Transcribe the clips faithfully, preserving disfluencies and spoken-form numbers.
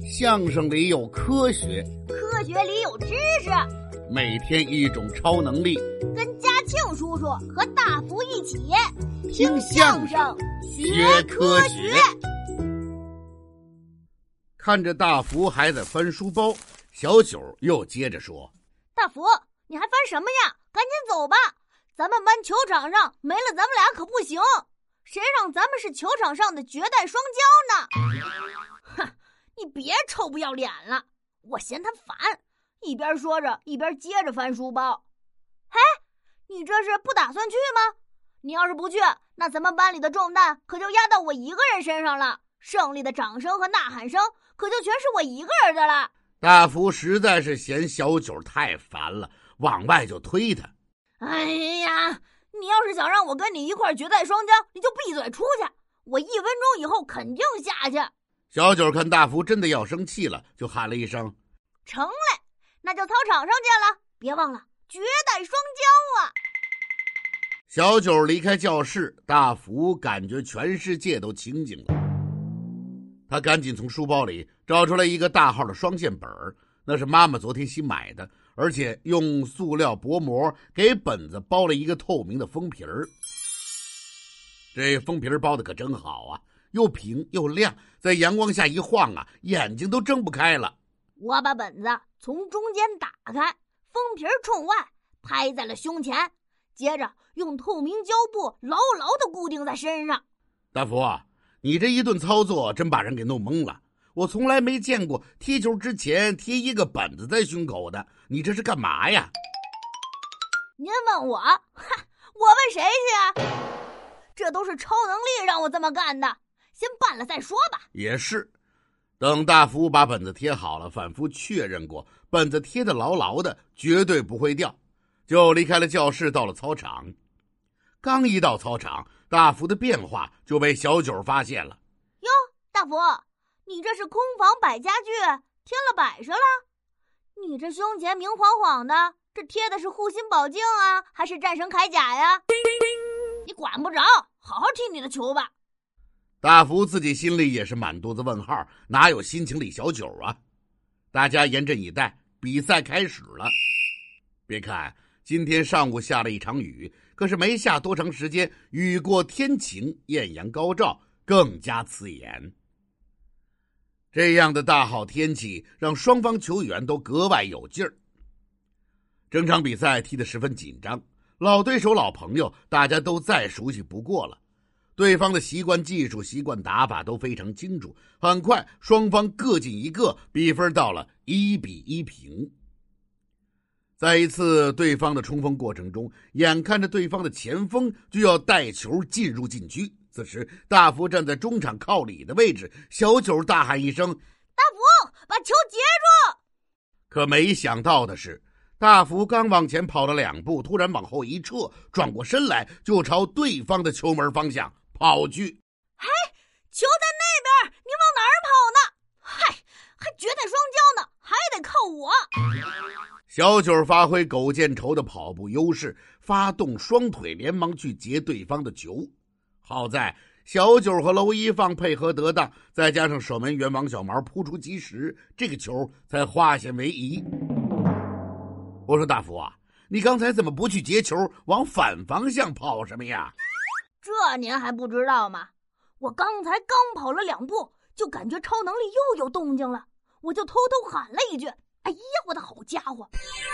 相声里有科学， 科学里有知识， 每天一种超能力。 跟嘉庆叔叔和大福一起听相声学科学。看着大福还在翻书包，小九又接着说： 大福，你还翻什么呀？赶紧走吧，咱们班球场上没了咱们俩可不行，谁让咱们是球场上的绝代双骄呢？哼，你别臭不要脸了，我嫌他烦。一边说着一边接着翻书包。嘿，你这是不打算去吗？你要是不去，那咱们班里的重担可就压到我一个人身上了，胜利的掌声和呐喊声可就全是我一个人的了。 大福实在是嫌小九太烦了，往外就推他。 哎呀，你要是想让我跟你一块绝代双骄，你就闭嘴出去，我一分钟以后肯定下去。 小九看大福真的要生气了，就喊了一声： 成嘞，那就操场上见了，别忘了绝代双骄啊！ 小九离开教室，大福感觉全世界都清静了。他赶紧从书包里找出来一个大号的双线本，那是妈妈昨天新买的，而且用塑料薄膜给本子包了一个透明的封皮儿。这封皮儿包的可真好啊，又平又亮，在阳光下一晃啊，眼睛都睁不开了。 我把本子从中间打开，封皮冲外，拍在了胸前，接着用透明胶布牢牢地固定在身上。 大福啊，你这一顿操作真把人给弄懵了，我从来没见过踢球之前贴一个本子在胸口的，你这是干嘛呀？ 您问我？哈，我问谁去啊？这都是超能力让我这么干的，先办了再说吧。 也是，等大福把本子贴好了，反复确认过本子贴得牢牢的，绝对不会掉，就离开了教室，到了操场。刚一到操场，大福的变化就被小九发现了。 哟，大福，你这是空房摆家具添了摆设了？你这胸前明晃晃的，这贴的是护心宝镜啊，还是战神铠甲呀？你管不着，好好踢你的球吧。 大福自己心里也是满肚子问号，哪有心情理小九啊？大家严阵以待，比赛开始了。别看今天上午下了一场雨，可是没下多长时间，雨过天晴，艳阳高照，更加刺眼。这样的大好天气让双方球员都格外有劲儿。整场比赛踢得十分紧张，老对手老朋友大家都再熟悉不过了，对方的习惯技术习惯打法都非常清楚，很快双方各进一个，比分到了一比一平。在一次对方的冲锋过程中，眼看着对方的前锋就要带球进入禁区，此时大福站在中场靠里的位置，小九大喊一声： 大福，把球截住！ 可没想到的是，大福刚往前跑了两步，突然往后一撤，转过身来就朝对方的球门方向跑去。 嘿，球在那边，你往哪儿跑呢？嗨，还绝代双骄呢，还得靠我。 小九发挥狗见愁的跑步优势，发动双腿连忙去截对方的球。好在小九和娄一放配合得当，再加上守门员王小毛扑出及时，这个球才化险为夷。我说大福啊，你刚才怎么不去截球，往反方向跑什么呀？ 这您还不知道吗？我刚才刚跑了两步，就感觉超能力又有动静了，我就偷偷喊了一句：哎呀，我的好家伙！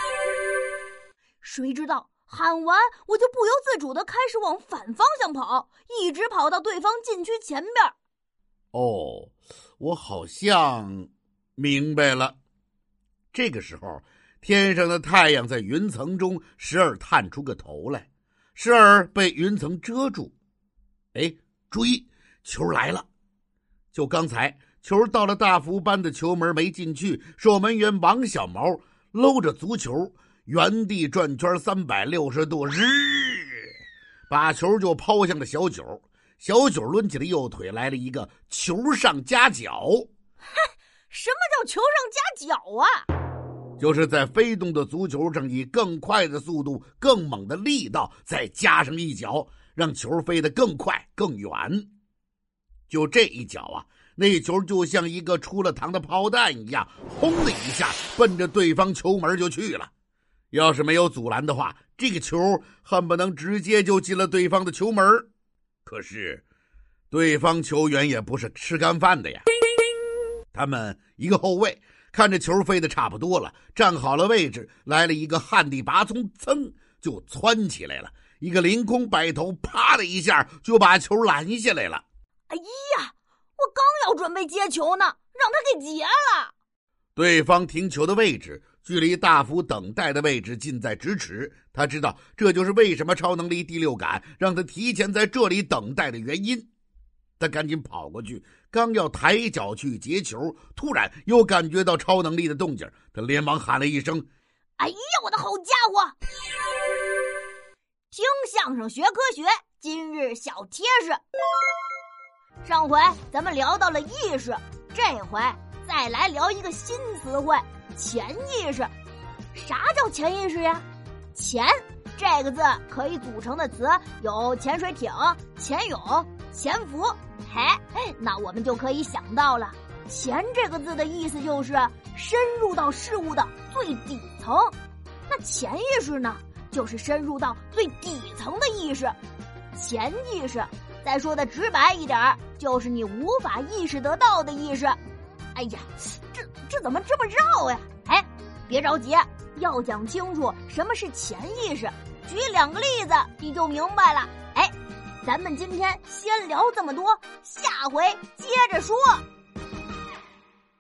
谁知道喊完我就不由自主地开始往反方向跑，一直跑到对方禁区前边。 哦，我好像明白了。这个时候，天上的太阳在云层中时而探出个头来，时而被云层遮住。哎，注意，球来了！就刚才球到了大福班的球门没进去，守门员王小毛搂着足球原地转圈三百六十度，日把球就抛向了小九。小九抡起了右腿，来了一个球上夹脚。 嗨，什么叫球上夹脚啊？ 就是在飞动的足球上以更快的速度、更猛的力道，再加上一脚，让球飞得更快更远。就这一脚啊， 那球就像一个出了膛的炮弹一样，轰的一下奔着对方球门就去了。要是没有阻拦的话，这个球恨不能直接就进了对方的球门。可是对方球员也不是吃干饭的呀，他们一个后卫看着球飞得差不多了，站好了位置，来了一个旱地拔葱，噌就窜起来了，一个凌空摆头，啪的一下就把球拦下来了。 哎呀，我刚要准备接球呢，让他给截了。 对方停球的位置距离大福等待的位置近在咫尺，他知道这就是为什么超能力第六感让他提前在这里等待的原因。他赶紧跑过去，刚要抬脚去截球，突然又感觉到超能力的动静，他连忙喊了一声： 哎呀，我的好家伙！听相声学科学，今日小贴士。上回咱们聊到了意识，这回再来聊一个新词汇，潜意识。啥叫潜意识呀？潜这个字可以组成的词有潜水艇、潜泳、潜伏。嘿，那我们就可以想到了，潜这个字的意思就是深入到事物的最底层。那潜意识呢，就是深入到最底层的意识。潜意识再说的直白一点，就是你无法意识得到的意识。哎呀，这这怎么这么绕呀？哎，别着急，要讲清楚什么是潜意识，举两个例子你就明白了。哎，咱们今天先聊这么多，下回接着说。